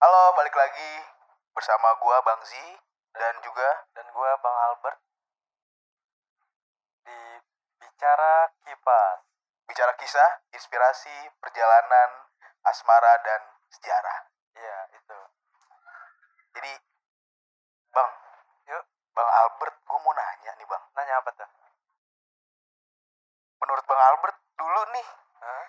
Halo, balik lagi bersama gua Bang Z dan juga Dan gue Bang Albert di Bicara Kipas. bicara kisah, inspirasi, perjalanan, asmara dan sejarah. Iya, itu. Jadi, Bang, Yuk, Bang Albert, gua mau nanya nih, Bang. nanya apa tuh? Menurut Bang Albert dulu nih, Hah?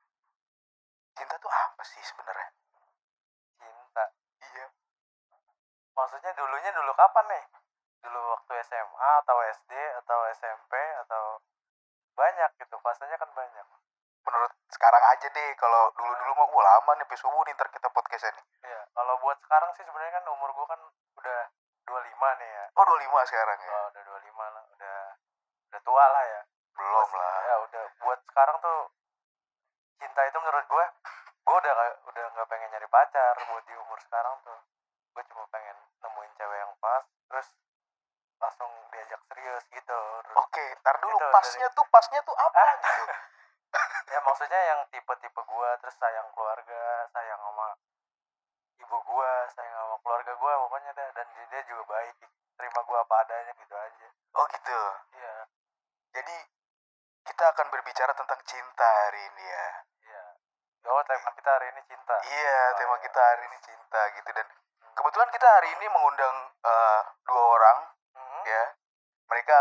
cinta tuh apa sih sebenarnya? Cinta. Iya. Maksudnya dulunya dulu kapan nih? Dulu waktu SMA atau SD atau SMP atau banyak gitu, fasenya kan banyak. Menurut sekarang aja deh, kalau dulu-dulu mah lama nih, sampai subuh nih ntar kita podcastnya nih. Iya, kalau buat sekarang sih sebenarnya kan umur gue kan udah 25 nih ya. Oh, 25 sekarang ya? Oh, udah 25 lah, udah tua lah ya. Belum lah. Ya udah, buat sekarang tuh cinta itu menurut gue udah nggak pengen nyari pacar buat di umur sekarang tuh. Gue cuma pengen nemuin cewek yang pas, terus langsung diajak serius gitu. Oke, ntar dulu, Itu pasnya tuh apa gitu? Ya maksudnya yang tipe-tipe gue, terus sayang keluarga, sayang sama ibu gue, sayang sama keluarga gue, pokoknya dah. Dan dia juga baik, terima gue apa adanya gitu aja. Oh gitu. Iya. Jadi kita akan berbicara tentang cinta hari ini ya. Iya. Oh, tema kita hari ini cinta. Iya, tema kita hari ini cinta gitu. Dan kebetulan kita hari ini mengundang dua orang ya. Mereka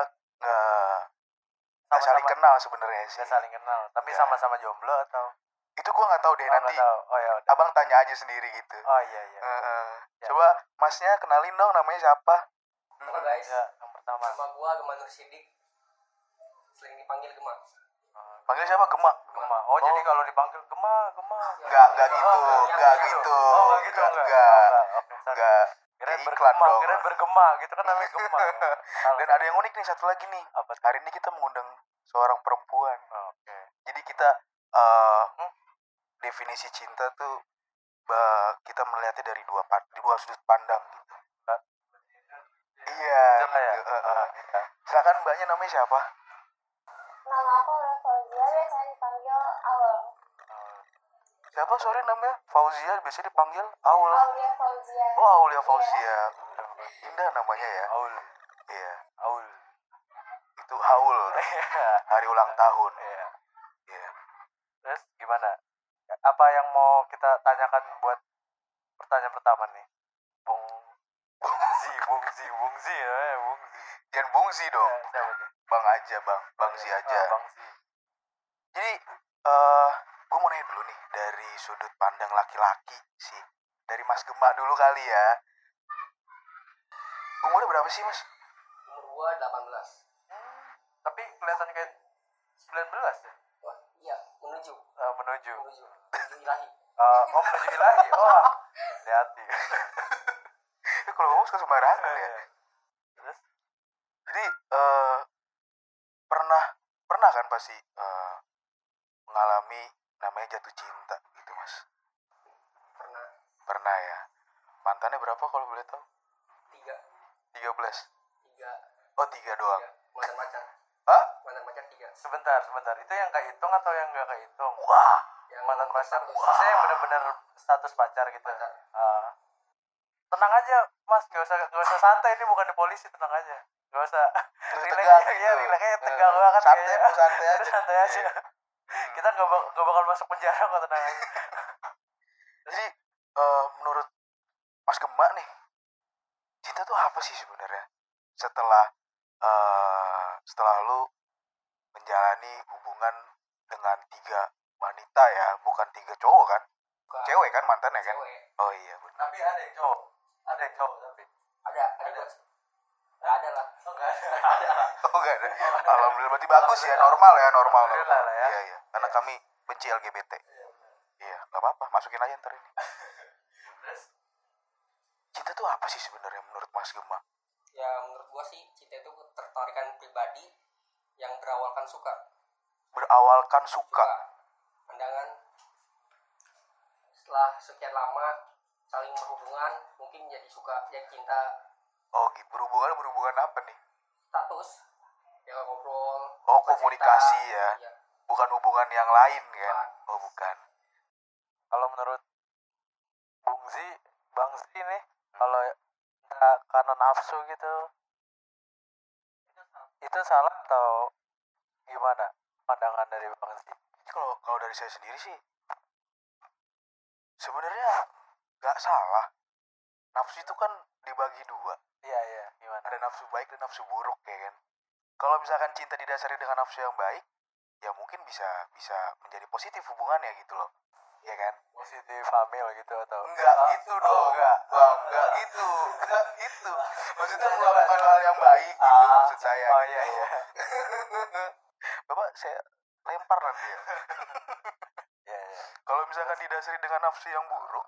nggak saling kenal sebenarnya sih. Nggak saling kenal, tapi Nggak. sama-sama jomblo atau? Itu gua nggak tahu deh, nanti Nggak tahu. Oh ya udah. abang tanya aja sendiri gitu. Oh iya. Ya. Coba masnya kenalin dong, namanya siapa? Halo guys, Ya, yang pertama. nama gua Gema Nur Sidik, sering dipanggil Gema. Panggil siapa? Gema. Gema. Oh, jadi kalau dipanggil Gema. Nggak gitu, nggak gitu. Oh, nggak gitu, Nggak. Oke, sorry. Nggak. Kirain Kayak iklan bergema, dong. kirain bergema gitu kan namanya Gema. Dan ada yang unik nih, satu lagi nih. Apa tuh? Hari ini kita mengundang seorang perempuan. Oke. Jadi kita definisi cinta tuh kita melihatnya dari dua sudut pandang gitu. Iya. Itu kayak, Gitu. iya. Silakan, mbaknya namanya siapa? Nama aku Fauzia, biasanya dipanggil Aul. Siapa? Sorry, namanya Fauzia, biasa dipanggil Aul. Aulia Fauzia. Oh, Aulia Fauzia. Indah namanya ya. Aul. Iya. Aul. Itu Aul. Hari ulang tahun. Iya. Iya. Terus gimana? Apa yang mau kita tanyakan buat pertanyaan pertama nih? Bung Z ya, Bung Z. Jangan bungsi dong. Ya, siapa tuh? Bang aja, Bang Z aja. Bang Z. Jadi gue mau nanya dulu nih dari sudut pandang laki-laki sih. Dari Mas Gema dulu kali ya. Umurnya berapa sih, Mas? Umur gua 18. Tapi kelihatan kayak 19 ya? Wah, iya, menuju Menuju ilahi. menuju ilahi. Wah, hati-hati. Kalau ngomong suka sembarangan ya. Terus? Jadi pernah kan pasti mengalami namanya jatuh cinta gitu, Mas? Pernah ya. Mantannya berapa kalau boleh tahu? 3. 13. 3. Oh, 3 doang. Mantan pacar. Hah? Mantan pacar 3. Sebentar. Itu yang kehitung atau yang nggak kehitung? Wah. Yang Mantan pacar. status. Maksudnya yang benar-benar status pacar gitu. Pacar. Tenang aja, Mas, nggak usah santai, ini bukan di polisi, tenang aja. Nggak usah relax tegang aja, gitu. ya, relax aja, tegang banget Santai, kayaknya. mau santai aja. Udah santai aja. Iya. Kita nggak bakal masuk penjara kok, tenang aja. Jadi menurut Mas Gema nih, cinta tuh apa sih sebenarnya? Setelah lu menjalani hubungan dengan 3 wanita ya, bukan 3 cowok kan? Bukan. Cewek kan mantannya kan? Cewek. Oh iya benar. Tapi ada yang cowok tapi. Ada gua. Enggak ada lah. Oh, nggak ada. Oh enggak ada. Alhamdulillah, berarti bagus ya, normal. Alhamdulillah lah ya. Iya. Karena kami benci LGBT. Iya, nggak apa-apa, masukin aja ntar ini. Terus? Cinta tuh apa sih sebenarnya menurut Mas Gema? Ya menurut gua sih cinta itu ketertarikan pribadi yang berawalkan suka. Berawalkan suka. Pandangan setelah sekian lama saling berhubungan mungkin jadi suka, jadi cinta. Oh gitu, berhubungan apa nih? Status ya, ngobrol. Oh, cerita. komunikasi ya. Iya. Bukan hubungan yang lain kan? Bukan. Oh bukan. Kalau menurut Bung Z, Bang Zee nih kalau entah karena nafsu gitu itu salah atau gimana pandangan dari Bang Zee? Kalau kalau dari saya sendiri sih sebenarnya nggak salah. Nafsu itu kan dibagi dua. Iya gimana? Ada nafsu baik dan nafsu buruk ya kan. Kalau misalkan cinta didasari dengan nafsu yang baik, ya mungkin bisa menjadi positif hubungannya gitu loh. Ya kan? Positif hamil gitu atau Enggak gitu dong. enggak. Bang, enggak gitu. Enggak gitu. Maksudnya melakukan hal yang baik gitu maksud saya. Oh gitu. iya. Bapak saya lempar nanti ya. Iya. Kalau misalkan didasari dengan nafsu yang buruk,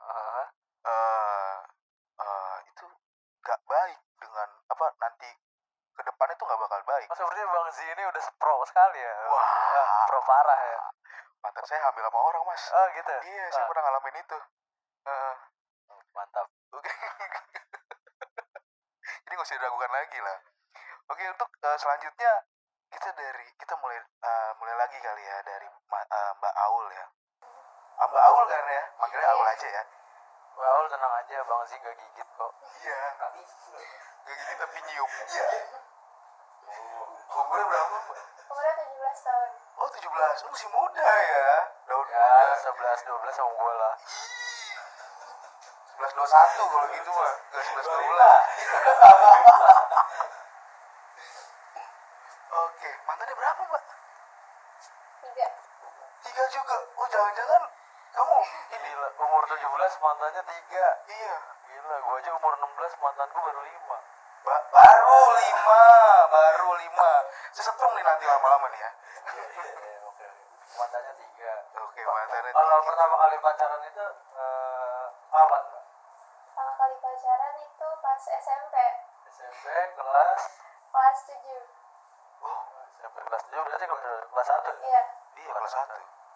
itu nggak baik dengan apa nanti ke depan itu nggak bakal baik. Oh, sepertinya Bang Zee ini udah pro sekali ya. Wah. Pro parah ya. Mantan saya hamil sama orang mas. Oh gitu. Iya, saya pernah ngalamin itu. Mantap. Oke. Jadi nggak usah diragukan lagi lah. Oke, untuk selanjutnya kita mulai lagi kali ya dari Mbak Aul ya. Mbak Aul kan ya, manggilnya Aul aja ya. Well, tenang aja, Bang Zee gak gigit kok. Iya. Gak gitu tapi nyium. Iya. Umurnya berapa Mbak? Umurnya 17 tahun. Oh 17, masih muda ya. Daun Ya, muda. 11-12 sama gue lah. 11-21 kalau gitu mah. Gak 11-12. Oke, mantannya berapa Mbak? 3. 3 juga. Oh jangan-jangan kamu ini. Gila, umur 17 mantannya 3. Iya. Gila, gue aja umur 16 mantanku baru 5. Baru 5. Sesetrum nih nanti lama-lama nih ya. Oke. Mantannya 3. Oke, mantannya Kalau 3. pertama kali pacaran itu kapan, Mbak? Pertama kali pacaran itu pas SMP. SMP kelas Kelas 7. Oh, SMP kelas 7 berarti kelas 1. Iya. iya kelas 1.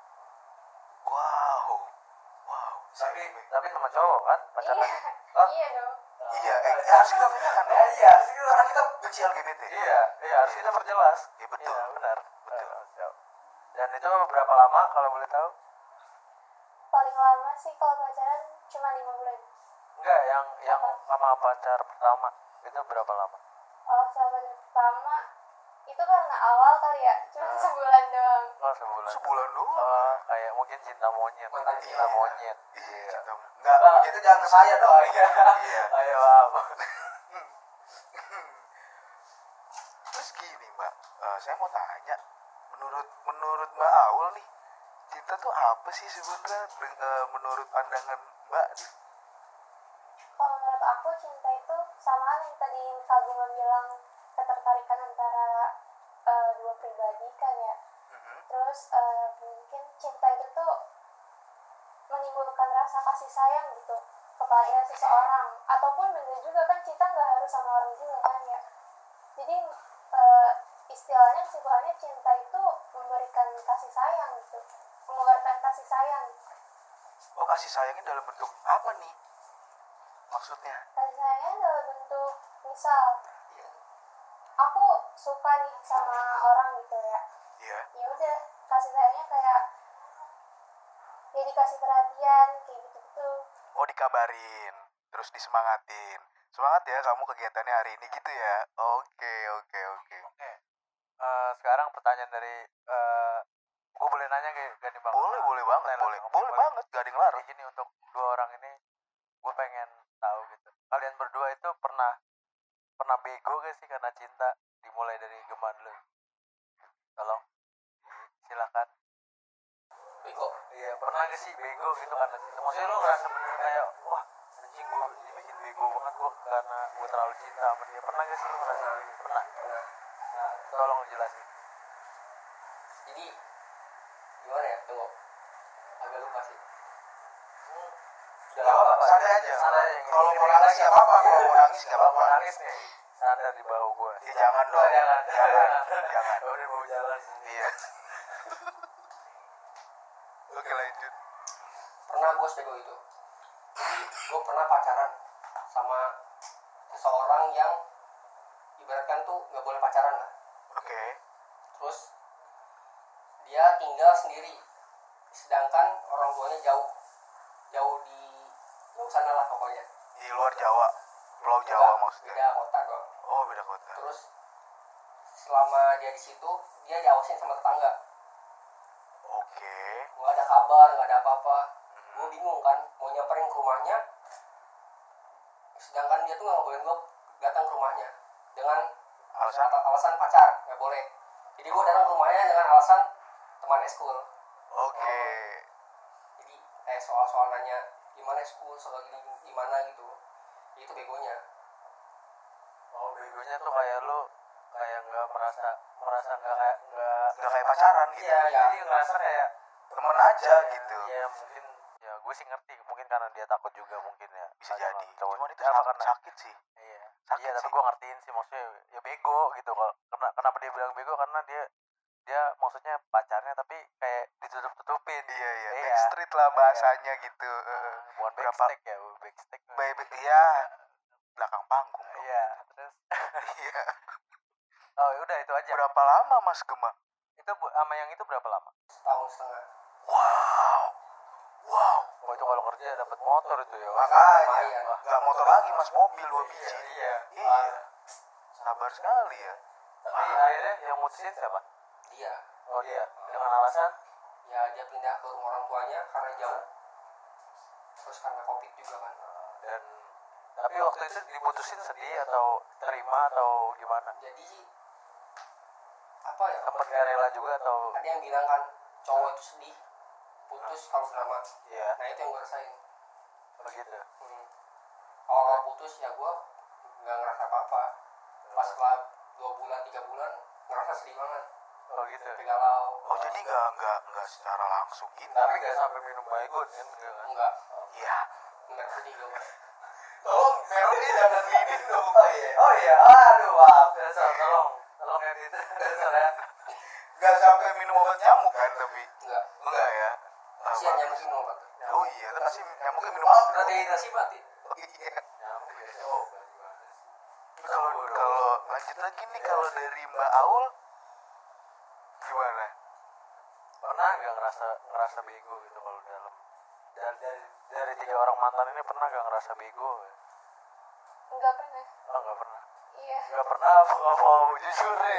Wow. Tapi sama cowok kan pacaran? Iya. Oh. Iya dong. Iya, harus kita tanyakan dong. Iya, Karena kita benci LGBT. Iya, harus kita perjelas. Iya, betul. Iya, benar. Betul. Dan itu berapa lama kalau boleh tahu? Paling lama sih kalau pacaran cuma 5 bulan. Enggak, yang sama pacar pertama itu berapa lama? Oh, sahabat pertama itu karena awal kali ya, cuma sebulan doang. Oh, sebulan. Sebulan doang. Oh, kayak mungkin cinta monyet. Mantan Cinta monyet. Iya. Enggak, itu jangan ke saya dong. Iya. Ayo, maaf. Terus gini Mbak, saya mau tanya, menurut Mbak Aul nih, cinta tuh apa sih sebenarnya menurut pandangan Mbak nih? Kalau menurut aku cinta itu sama halnya yang tadi Kak Bima bilang, ketertarikan antara dua pribadi kan ya. Terus mungkin cinta itu tuh menimbulkan rasa kasih sayang gitu kepada seseorang, ataupun bener juga kan cinta nggak harus sama orang juga kan ya. Jadi istilahnya kesimpulannya cinta itu memberikan kasih sayang gitu, mengeluarkan kasih sayang. Oh, kasih sayangnya dalam bentuk apa nih? Maksudnya? Kasih sayangnya dalam bentuk misal aku suka nih sama orang gitu ya. Iya. Ya udah, kasih sayangnya kayak ya dikasih perhatian kayak gitu-gitu. Oh, dikabarin, terus disemangatin. Semangat ya kamu kegiatannya hari ini gitu ya. Oke. Sekarang pertanyaan dari gue boleh nanya gak nih, Bang? Boleh banget, boleh banget, gak ada yang larang. Jadi gini, untuk dua orang ini gue pengen tahu gitu, kalian berdua itu pernah bego gak sih karena cinta? Dimulai dari Gema dulu, tolong. Silakan. Bego. Iya, pernah gak sih bego gitu karena cinta? Maksudnya lu ngerasa bener kayak wah anjing gue dibikin bego banget gue karena gue terlalu cinta sama dia. Pernah gak sih lu ngerasa gitu? Pernah. Nah, tolong jelasin. Jadi gimana ya? Tunggu. Agak lupa sih. Gak apa-apa, santai aja. Kalau mau nangis gak apa-apa, kalau mau nangis gak Kalau apa-apa. mau nangis nih, sadar di bahu gue. Ya jangan dong. Jangan. Udah mau jalan. Iya. Oke, lanjut. Pernah gue sebego itu. Jadi gue pernah pacaran sama seseorang yang ibaratkan tuh nggak boleh pacaran lah. Oke. Terus dia tinggal sendiri, sedangkan orang tuanya jauh di sana lah pokoknya. Di luar Jawa, Pulau Jawa Enggak, maksudnya. beda kota doang. Oh, beda kota. Terus selama dia di situ dia diawasin sama tetangga. Oke. Nggak ada kabar, nggak ada apa-apa. Gue bingung kan mau nyamperin ke rumahnya, sedangkan dia tuh nggak ngebolehin gue datang ke rumahnya dengan alasan pacar, nggak boleh. Jadi gue datang ke rumahnya dengan alasan teman eskul. Oke. Jadi kayak soal-soal nanya gimana eskul, soal gini gimana gitu. Itu begonya. Oh, begonya tuh kayak lu kayak nggak merasa nggak kayak pacaran gitu. Iya, Iya. jadi ngerasa kayak Temen aja gitu. Iya, mungkin ya gue sih ngerti, mungkin karena dia takut juga mungkin ya. Bisa Kadang jadi. cowok- Cuman itu apa sakit, karena sakit sih. iya. Sakit Iya, tapi sih. gue ngertiin sih, maksudnya ya bego gitu. Kalau kenapa dia bilang bego, karena dia maksudnya pacarnya tapi kayak ditutup-tutupin. Iya, iya. Backstreet lah bahasanya gitu. Bukan Berapa- backstack ya, backstack. Iya. Belakang panggung dong. Iya, terus Iya. oh ya udah itu aja. Berapa lama Mas Gema? Itu sama yang itu berapa lama? Setahun setengah. Wow. Oh, itu kalau kerja dapat motor itu ya. Makanya. Lumayan. Nggak motor lagi Mas, mobil 2 biji. Iya. Iya. Sabar sekali ya. Tapi akhirnya yang mutusin siapa? Dia Oh, dia. Dengan alasan ya dia pindah ke rumah orang tuanya karena jauh. Terus karena covid juga kan. dan tapi waktu itu diputusin sedih atau terima atau gimana? Jadi apa ya? Sempat gak rela juga atau Ada yang bilang kan cowok itu sedih putus kalau drama. iya Nah itu yang gue rasain. begitu? Kalau putus ya gue nggak ngerasa apa-apa. Pas setelah 2 bulan 3 bulan ngerasa sedih banget. Oh gitu. Galau. Oh, jadi nggak secara langsung gitu. Tapi gak sampai minum baygon kan? Enggak kan? Enggak. Iya. Enggak sedih gue. Tolong meroknya jangan ini dong. Oh iya, aduh maaf. Tolong edit. Ya. Nggak sampai minum obat nyamuk kan tapi. Enggak. Enggak ya. Kasihan nyamuk minum obat. Oh iya, itu pasti nyamuknya minum obat. Udah dehidrasi mati. Oh iya. Nyamuk biasanya obat gimana sih? Kalau lanjut lagi nih, kalau dari Mbak Aul gimana? Pernah gak ngerasa bego gitu kalau dalam dari 3 orang mantan ini, pernah gak ngerasa bego? Enggak pernah. Oh gak pernah. Iya. Gak pernah, aku gak mau jujur deh.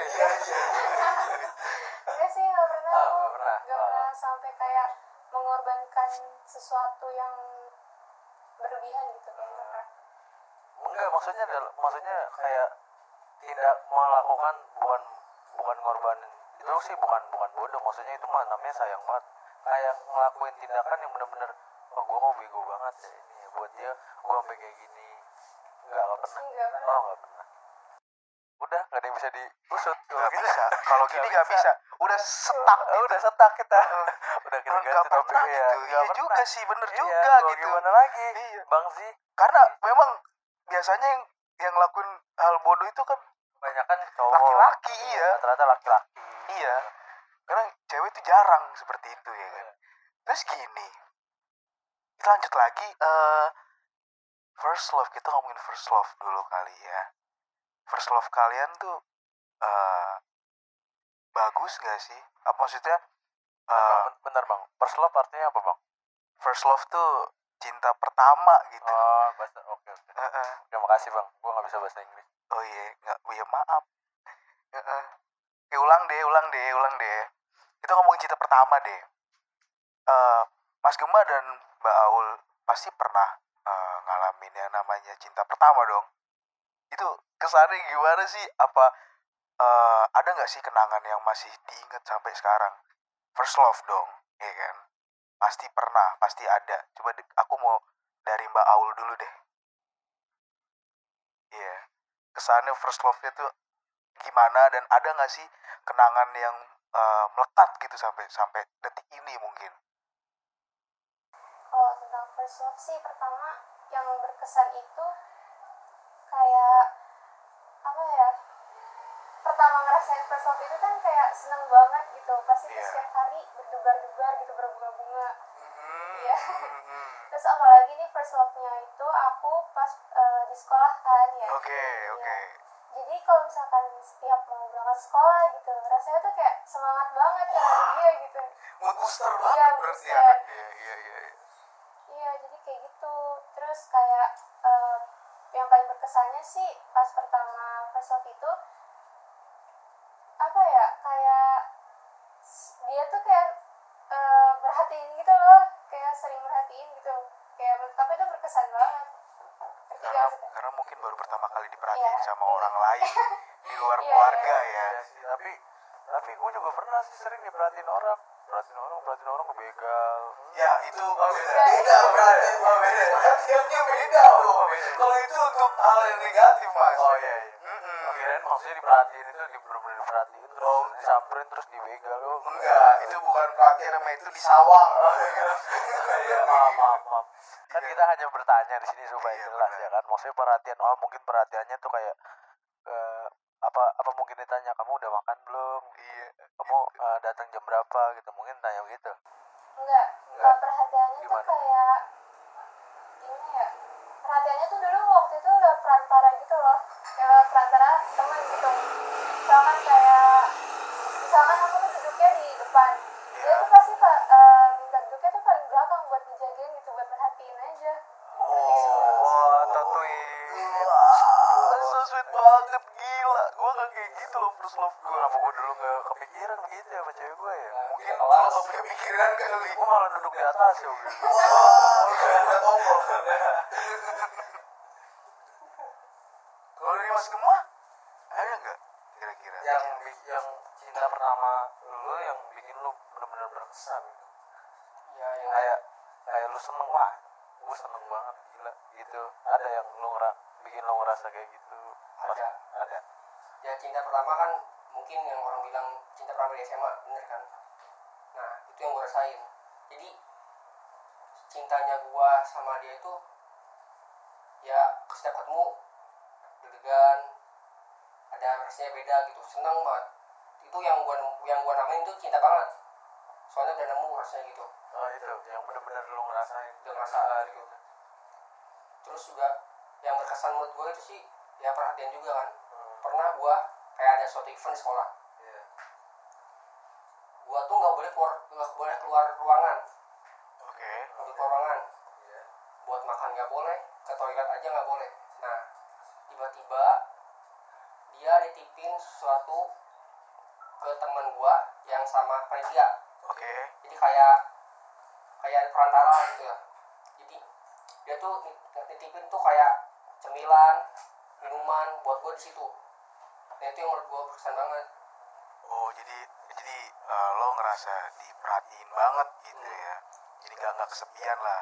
Enggak sih, enggak pernah. Ah, Aku nggak pernah. nggak pernah sampai kayak mengorbankan sesuatu yang berlebihan gitu kayak nggak pernah. Enggak, maksudnya kayak tidak melakukan, bukan ngorbanin. Itu sih bukan bodoh, maksudnya itu mah namanya sayang banget. Kayak ngelakuin tindakan yang bener-bener, oh gue kok bego banget ya ini ya, buat dia gue sampai kayak gini. Gak pernah. Enggak pernah. Oh gak pernah. Udah gak ada yang bisa diusut. Nggak bisa. Kalau gini nggak bisa. Udah setak. Udah setak kita. Udah kita Nggak ganti pernah topik ya. gitu. Iya juga sih, bener juga mau gitu. Gimana lagi? Iya. Bang sih. Karena memang biasanya yang ngelakuin hal bodoh itu kan Kebanyakan cowok. laki-laki, iya. Rata-rata laki-laki. Iya. Karena cewek itu jarang seperti itu ya kan. Terus gini, kita lanjut lagi. First love, kita ngomongin first love dulu kali ya. First love kalian tuh bagus gak sih? Apa maksudnya? Bentar bang, first love artinya apa bang? First love tuh cinta pertama gitu. Oh, bahasa oke. Heeh. Terima kasih bang, gue nggak bisa bahasa Inggris. Oh iya, nggak, ya maaf. Heeh. Ulang deh. Kita ngomongin cinta pertama deh. Mas Gema dan Mbak Aul pasti pernah ngalamin yang namanya cinta pertama dong. Itu kesannya gimana sih? Apa ada nggak sih kenangan yang masih diingat sampai sekarang? First love dong, ya kan? Pasti pernah, pasti ada. Coba aku mau dari Mbak Aul dulu deh. Iya, kesannya first love-nya tuh gimana, dan ada nggak sih kenangan yang melekat gitu sampai detik ini mungkin? Kalau tentang first love sih, pertama yang berkesan itu kayak apa ya, pertama ngerasain first love itu kan kayak seneng banget gitu, pasti Iya. setiap hari berdebar-debar gitu, berbunga-bunga. Hmm. Iya. Terus apalagi nih first love-nya itu aku pas di sekolah kan ya. Oke. Jadi kalau misalkan setiap mau berangkat sekolah gitu, rasanya tuh kayak semangat banget karena ada dia gitu. Mood booster Iya, banget berarti booster. anaknya. Iya. Iya, jadi kayak gitu. Terus kayak kayak yang paling berkesannya sih pas pertama first love itu apa ya, kayak dia tuh kayak berhatiin gitu loh, kayak sering merhatiin gitu, kayak menurut aku itu berkesan banget. Karena mungkin baru pertama kali diperhatiin Iya. sama orang lain di luar Iya, keluarga ya. Iya sih, tapi gue juga pernah sih sering diperhatiin orang kebegal. Ya itu Beda, perhatiannya beda loh. Kalau itu untuk hal yang negatif mas. Oh iya. Kirain maksudnya diperhatiin itu bener-bener diperhatiin terus disamperin terus dibegal lo. Enggak, itu bukan perhatian, namanya itu disawang. Iya, maaf. Kan kita hanya bertanya di sini supaya Iya, jelas bener. ya kan. Maksudnya perhatian, mungkin perhatiannya tuh kayak apa mungkin ditanya kamu udah makan belum? Iya. Kamu datang jam berapa gitu. Mungkin tanya gitu. enggak. Perhatiannya Gimana? tuh kayak gimana ya, perhatiannya tuh dulu waktu itu lewat perantara gitu loh, lewat perantara teman gitu. Misalkan aku tuh duduknya di depan, dia tuh pasti minta duduknya tuh paling belakang buat dijagain gitu, buat perhatiin aja. Wah, tatui. So sweet banget, gila. Gue gak kayak gitu loh first love gue. Kenapa gue dulu gak kepikiran begitu ya sama cewek gue ya? Mungkin lo gak punya pikiran kali. Gue malah duduk di atas ya gitu. Wah, udah tombol. Kalau dari Mas Gemma, ada nggak kira-kira? Yang cinta pertama lu yang bikin lu benar-benar berkesan gitu. Ya yang Kayak lu seneng, wah gue seneng banget gila gitu. Ada yang lu bikin lu ngerasa kayak gitu? Ada. ya cinta pertama kan mungkin yang orang bilang cinta pertama di SMA, bener kan? Nah itu yang gue rasain. Jadi cintanya gue sama dia itu ya setiap ketemu deg-degan, ada rasanya beda gitu, seneng banget. Itu yang gua namain tuh cinta banget, soalnya udah nemu rasanya gitu, Oh itu yang benar-benar lu ngerasain. udah ngerasain gitu. Terus juga yang berkesan menurut gue itu sih ya perhatian juga kan. Pernah gua kayak ada suatu event di sekolah, Iya. gua tuh nggak boleh keluar ruangan, Oke. Iya. buat makan nggak boleh, ke toilet aja nggak boleh. Nah tiba-tiba dia nitipin sesuatu ke teman gua yang sama panitia, Oke. jadi kayak perantara gitu ya. Jadi dia tuh nitipin tuh kayak cemilan, minuman buat gua di situ. Nah itu yang menurut gua berkesan banget. Oh jadi lo ngerasa diperhatiin banget gitu ya. Jadi nggak kesepian lah.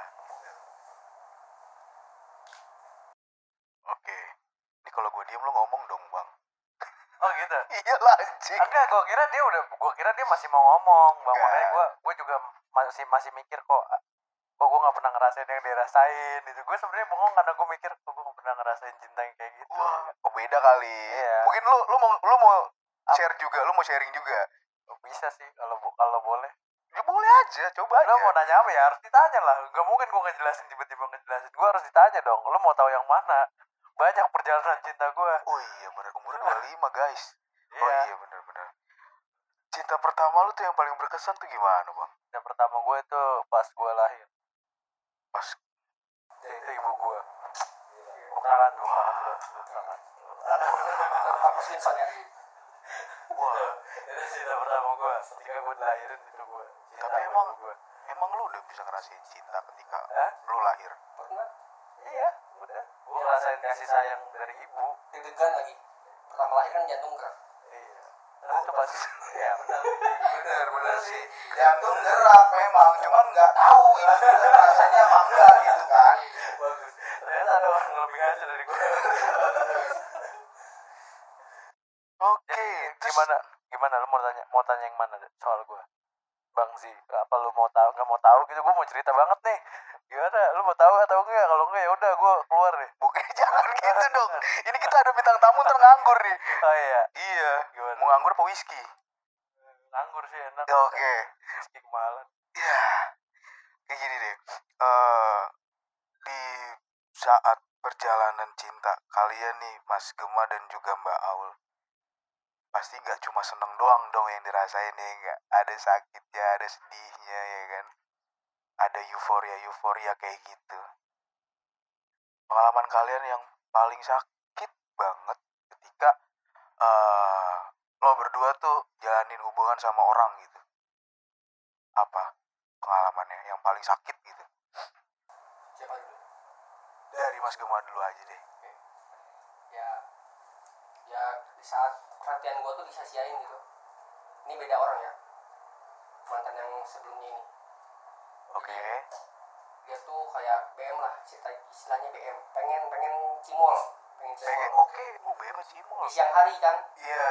Oke. Ini kalau gue diem lo ngomong dong bang. Oh gitu. Iya lah anjing. Enggak, gue kira dia masih mau ngomong, bang. Enggak. Makanya gue juga masih mikir kok gue nggak pernah ngerasain yang dia rasain. Itu gue sebenarnya bengong karena gue mikir kok gue nggak pernah ngerasain cinta yang kayak gitu. Wah, oh beda kali. Iya. Mungkin lo mau share juga, lo mau sharing juga. Bisa sih kalau boleh. Ya boleh aja, coba aja. Lo mau nanya apa ya? Harus ditanya lah. Gak mungkin gue ngejelasin tiba-tiba ngejelasin. Gue harus ditanya dong. Lo mau tahu yang mana? Banyak perjalanan cinta gue. Oh iya bener, umurnya 25 guys. Oh Iya. iya bener. Cinta pertama lu tuh yang paling berkesan tuh gimana bang? Yang pertama gue itu pas gue lahir. Pas Itu ibu gue. Bukan gue. Pak Simpson ya. wah, Itu cinta pertama gue. Ketika gue dilahirin itu gue. tapi emang lu udah bisa ngerasain cinta ketika Hah? lu lahir? Pernah Iya, udah. Gue ngerasain kasih sayang dari ibu. deg-degan lagi. Pertama lahir kan jantung gerak. Iya. Tapi itu pas. Ya benar. Bener sih. Jantung gerak memang, cuman nggak tahu itu rasanya apa enggak gitu kan. Bagus. Ternyata ada orang yang lebih ngaco dari gue. Oke, terus Gimana lu mau tanya yang mana soal gue? Bang sih, apa lu mau tahu nggak mau tahu gitu? Gue mau cerita banget nih. Gimana? Lu mau tahu atau enggak? Kalau enggak ya udah gue keluar deh. bukan jangan gitu dong. Ini kita ada bintang tamu ntar nganggur nih. Oh iya. Iya. Gimana? Mau nganggur apa whisky? Nganggur sih enak. Oke. Meski kemahalan. Ya, kayak gini deh. Di saat perjalanan cinta kalian nih, Mas Gema dan juga Mbak Aul, pasti nggak cuma seneng doang dong yang dirasain ya, nggak? Ada sakitnya, ada sedihnya ya kan? Ada euforia kayak gitu. pengalaman kalian yang paling sakit banget ketika lo berdua tuh jalanin hubungan sama orang gitu. Apa pengalamannya yang paling sakit gitu? Siapa dulu? Dari Mas Gema dulu aja deh. Ya di saat perhatian gue tuh disia-siain gitu. Ini beda orang ya, mantan yang sebelumnya ini. Oke. Dia tuh kayak BM lah, istilahnya BM, pengen cimol, Oke, BM cimol. di siang hari kan. Iya.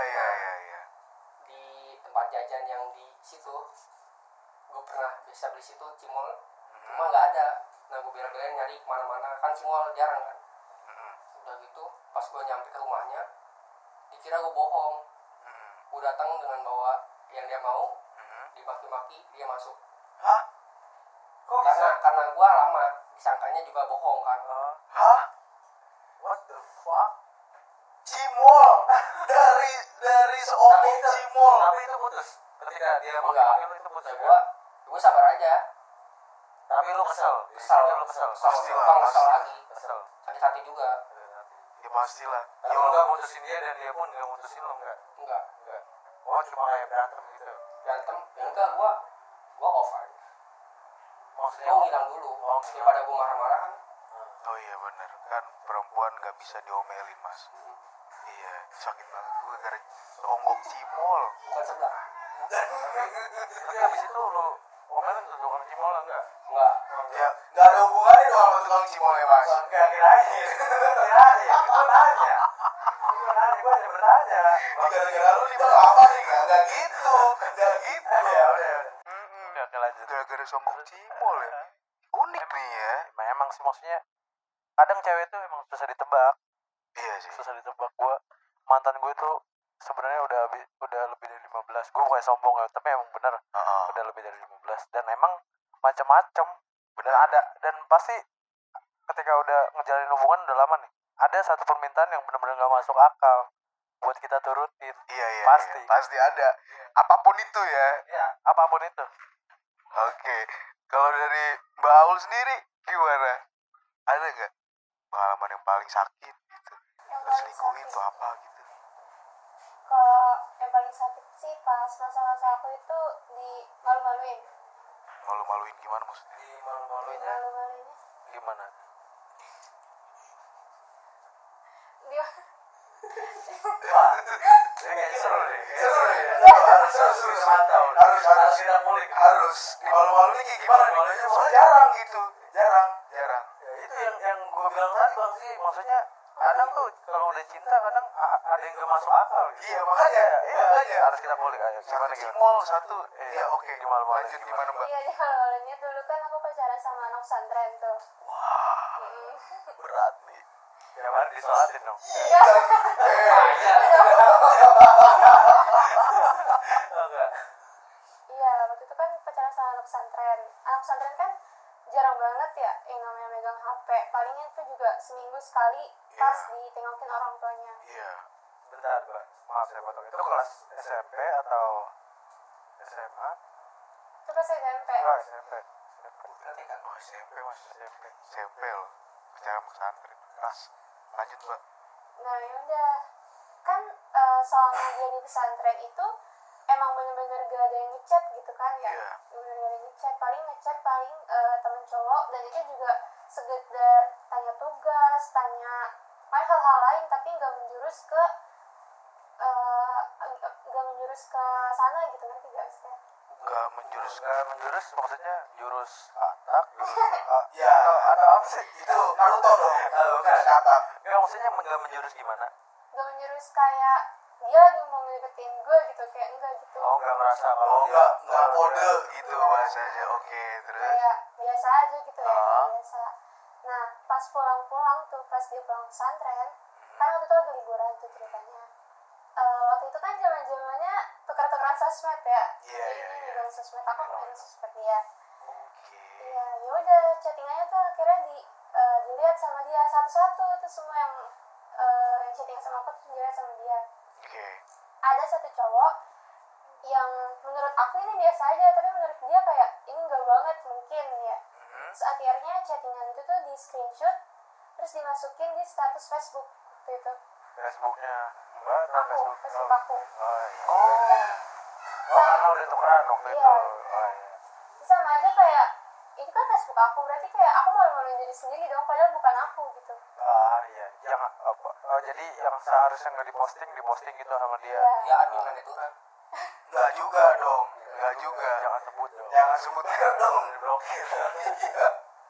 Di tempat jajan yang di situ gue pernah bisa beli situ cimol, cuma nggak ada. Nah gue bela-belain nyari kemana-mana, kan cimol jarang kan. Udah gitu pas gue nyampe ke rumahnya dikira gue bohong. Gue datang dengan bawa yang dia mau, dimaki-maki, dia masuk. Hah? Kok bisa? Karena gue lama disangkanya juga bohong kan. Hah? What the fuck? Cimol dari seorang cimol. Tapi itu putus. Ketika dia Enggak, maki lu itu putus. ya gue sabar aja. Tapi lu kesel. Kesel Pastilah, kesel lagi, Kesel. sakit hati juga. Ya pastilah. Tapi lu nggak mutusin dia dan dia pun nggak mutusin lu nggak? Enggak Oh cuma kayak berantem gitu. berantem ya enggak, gue off aja. Maksudnya Gue ngilang dulu daripada gue marah-marah kan. Oh iya bener kan, perempuan gak bisa diomelin mas. Iya, sakit banget gue gara onggok cimol. Bukan sebelah. Tapi abis itu lu omelin tuh tukang cimol enggak? Enggak. Ya gak ada hubungannya dong sama tukang cimolnya mas. Enggak, kirain. Gue nanya. Gue hanya bertanya. Gara-gara lu dibilang apa nih? Gak gitu. Ya udah. Oke lanjut. Gara-gara songgok cimol ya. Unik nih ya. Emang sih maksudnya kadang cewek tuh emang susah ditebak. Iya sih. Susah ditebak. Mantan gue tuh sebenarnya udah lebih dari 15. Gue bukan sombong ya, tapi emang bener udah lebih dari 15 dan emang macam-macam. Bener ada dan pasti ketika udah ngejalanin hubungan udah lama nih, ada satu permintaan yang benar-benar gak masuk akal buat kita turutin. Iya. Pasti ada. Apapun itu ya. Ya, apapun itu. Oke. Kalau dari Mbak Aul sendiri gimana? Ada nggak pengalaman yang paling sakit gitu? Yang paling Selingkuhin sakit, tuh apa gitu? kalau yang paling sakit sih pas masa-masa aku itu di malu-maluin. Malu-maluin gimana maksudnya? Malu-maluinnya Malu-maluinnya gimana? dia Kayaknya seru deh. Harus mantau. Harus kita kulik. Harus. Malu-maluin kayak gimana? Malunya soalnya jarang gitu. Jarang. Ya, itu yang gue bilang tadi bang sih, maksudnya kadang tuh kalau udah cinta kadang ada yang gak masuk akal gitu. Iya makanya. Harus kita kulik aja. Gimana Cimol satu. Iya oke. Di malu-maluin Lanjut gimana? gimana mbak? iya di malu-maluinnya dulu kan aku pacaran sama anak pesantren tuh. Wah berat nih. Ya mana disolatin dong. Iya, waktu itu kan pacaran sama anak pesantren. Anak pesantren kan jarang banget ya yang namanya megang HP. Palingnya itu juga seminggu sekali pas ditengokin orang tuanya. Iya. Bentar mbak, maaf saya potong. Itu kelas SMP atau SMA? Itu pas SMP. Oh SMP. Berarti kan. Oh SMP mas. SMP loh. Pacaran pesantren. Keras. Lanjut mbak. Nah yaudah, kan selama dia di pesantren itu emang bener-bener gak ada yang ngechat gitu kan ya. Iya. Bener-bener gak ada yang ngechat, paling temen cowok, dan itu juga sekedar tanya tugas, tanya hal-hal lain, tapi gak menjurus ke sana gitu, ngerti gak sih? Gak menjurus. Menjurus maksudnya jurus atak, Ya. atau apa sih? Itu Naruto dong. Jurus kata. Enggak maksudnya enggak menjurus gimana? Gak menjurus kayak dia lagi mau ngedeketin gue gitu, kayak enggak gitu. Oh enggak merasa Oh kalau enggak kode gitu bahasanya. Oke terus. Kayak biasa aja gitu ya, kayak biasa. Nah pas pulang-pulang tuh, pas dia pulang pesantren, kan waktu itu lagi liburan tuh ceritanya. Waktu itu kan zamannya tukar-tukaran sosmed ya. Iya. Ini megang sosmed aku, megang sosmed dia. Oke. Iya, ya udah chattingannya tuh akhirnya dilihat sama dia satu-satu, itu semua yang chatting sama aku tuh dilihat sama dia. Oke. Ada satu cowok yang menurut aku ini biasa aja, tapi menurut dia kayak ini enggak banget mungkin ya. Terus akhirnya chattingan itu tuh di screenshot, terus dimasukin di status Facebook waktu itu. Facebooknya Mbak atau Facebook aku. Oh iya. Karena udah tukeran waktu Iya. itu. Oh iya. Sama aja kayak itu kan Facebook aku, berarti kayak aku malu-maluin diri sendiri dong, padahal bukan aku gitu. Ah iya. Yang apa? Oh, jadi yang seharusnya nggak diposting gitu sama dia. Iya. Ya admin itu kan. Enggak juga dong. Enggak juga. Jangan sebut dong. Jangan sebut dong. Blokir. Iya.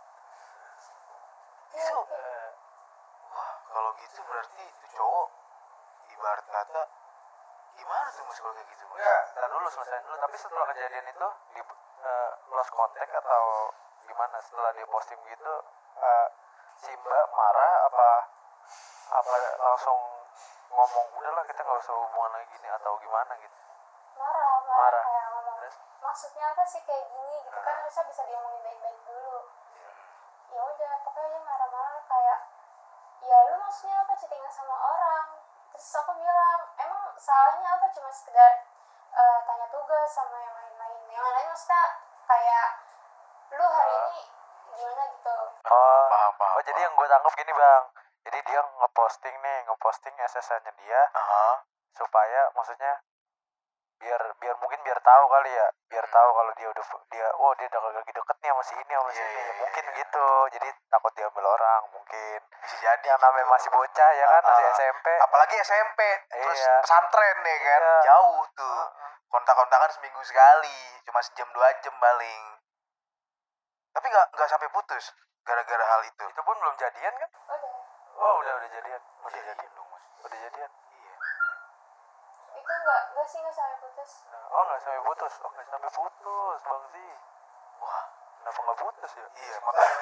Iya, Itu kayak wah, kalau gitu berarti itu cowok ibarat kata gimana tuh Mas kalau kayak gitu, Mas? Enggak, ntar dulu selesaiin dulu. Tapi setelah kejadian itu di lost contact atau gimana setelah dia posting gitu, si Mbak marah apa langsung ngomong udahlah kita nggak usah hubungan lagi nih atau gimana gitu. marah kayak ngomong Terus? maksudnya apa sih kayak gini gitu kan, harusnya bisa diomongin baik-baik dulu. Ya udah pokoknya dia marah-marah kayak ya lu maksudnya apa chattingan sama orang. Terus aku bilang emang salahnya apa, cuma sekedar tanya tugas sama yang lain maksudnya kayak lu hari ini gimana gitu. Paham. Oh jadi yang gue tangkap gini bang, jadi dia ngeposting SSN-nya dia supaya maksudnya biar mungkin biar tahu kali ya, biar tahu kalau dia udah lagi deket nih sama si ini sama si ini. Ya, mungkin gitu, jadi takut diambil orang mungkin. Bisa jadi Yang namanya gitu. masih bocah ya kan, masih SMP. Apalagi SMP, terus Iya. pesantren ya kan, Iya. jauh tuh. Kontak-kontakan seminggu sekali, cuma sejam 2 jam paling. Tapi nggak sampai putus gara-gara hal itu. Itu pun belum jadian kan? Udah Oh udah jadian. Udah jadian dong, Mas. Udah jadian. Iya. itu nggak sih nggak sampai putus. Oh nggak sampai putus, bang sih. Wah, Kenapa nggak putus ya? iya makanya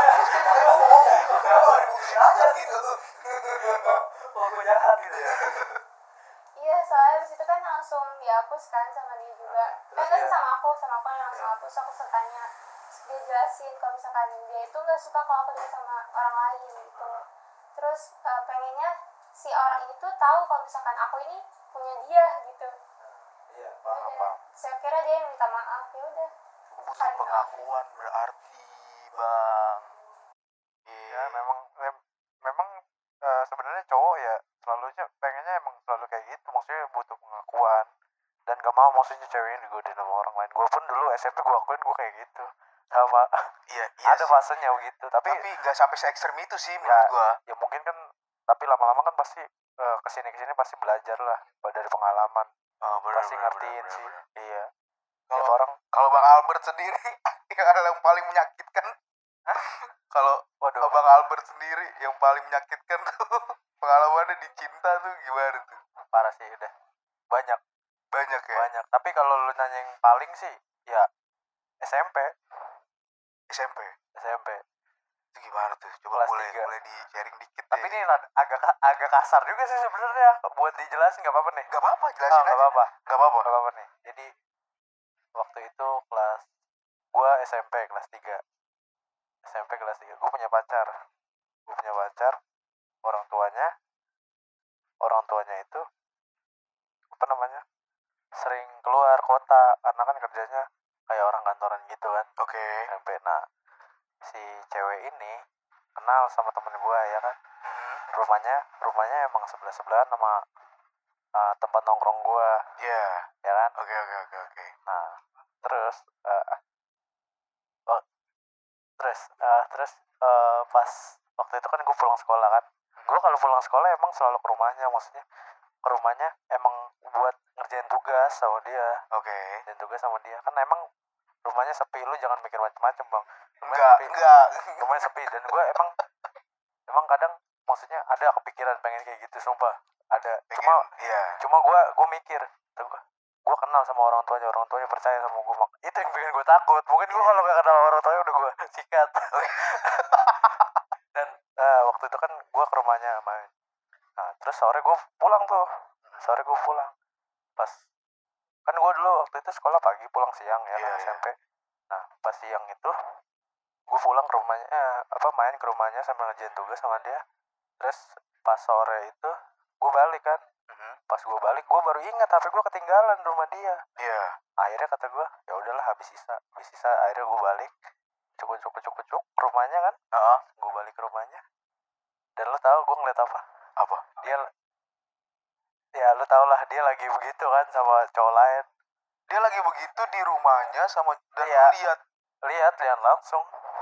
kenapa diputusin aja gitu tuh. Oh gue jahat gitu ya. Iya soalnya abis itu kan langsung dihapus kan sama dia juga. Terus Enggak sih dia- sama aku yang langsung hapus. Aku tanya, terus dia jelasin kalau misalkan dia itu nggak suka kalau aku deket sama orang lain gitu. Terus pengennya si orang ini tuh tahu kalau misalkan aku ini punya dia gitu. Iya Udah. Saya kira dia yang minta maaf, ya udah. Butuh pengakuan berarti, Bang. Ya memang sebenarnya cowok ya pengennya emang selalu kayak gitu, maksudnya butuh pengakuan dan gak mau maksudnya ceweknya digodain sama orang lain. Gue pun dulu SMP gue akuin gue kayak gitu sama Iya ada sih. fasenya gitu, tapi nggak sampai se ekstrem itu sih menurut gua. ya mungkin kan, tapi lama-lama kan pasti kesini pasti belajar lah dari pengalaman, pasti ngertiin sih. Iya. Kalau Tiap orang kalau Bang Albert sendiri yang paling menyakitkan kalau waduh Bang Albert sendiri yang paling menyakitkan tuh pengalamannya di cinta tuh gimana tuh? parah sih, udah banyak Banyak. tapi kalau lu nanya yang paling sih ya SMP Itu gimana tuh? Coba Kelas boleh 3. di sharing dikit Tapi deh. ini agak kasar juga sih sebenarnya. Buat dijelasin nggak apa-apa nih. Nggak apa-apa, jelasin aja. Nggak apa-apa. Nggak apa-apa. Nggak apa-apa nih. Jadi waktu itu gua SMP kelas 3. Gua punya pacar. Orang tuanya itu apa namanya? Sering keluar kota karena kan kerjanya kayak orang kantoran gitu kan. Oke. SMP. Nah, si cewek ini kenal sama temen gua ya kan. Rumahnya emang sebelahan sama tempat nongkrong gua, Iya. ya kan. Oke. Nah terus pas waktu itu kan gue pulang sekolah kan, gue kalau pulang sekolah emang selalu ke rumahnya, maksudnya ke rumahnya emang buat ngerjain tugas sama dia. Oke. Kan emang rumahnya sepi, lu jangan mikir macem-macem bang. Enggak. Rumahnya sepi dan gue emang kadang maksudnya ada kepikiran pengen kayak gitu, sumpah ada. Iya. Cuma gue mikir, gue kenal sama orang tuanya percaya sama gue, itu yang bikin gue takut. Mungkin gue kalau gak kenal orang tuanya udah gue sikat. Dan waktu itu kan gue ke rumahnya main. Nah terus sore gue pulang pas kan gue dulu waktu itu sekolah pagi pulang siang ya kan, SMP. Nah pas siang itu gue pulang ke rumahnya main ke rumahnya sambil ngerjain tugas sama dia. Terus pas sore itu gue balik kan. Pas gue balik gue baru ingat HP gue ketinggalan di rumah dia. Iya. Akhirnya kata gue ya udahlah, habis sisa akhirnya gue balik cuk rumahnya kan. Gue balik ke rumahnya, Dan lu tahu gue ngeliat apa? Apa? Dia, ya lu tau lah, dia lagi begitu kan sama cowok lain. Dia lagi begitu di rumahnya sama, dan Iya. lu Lihat langsung.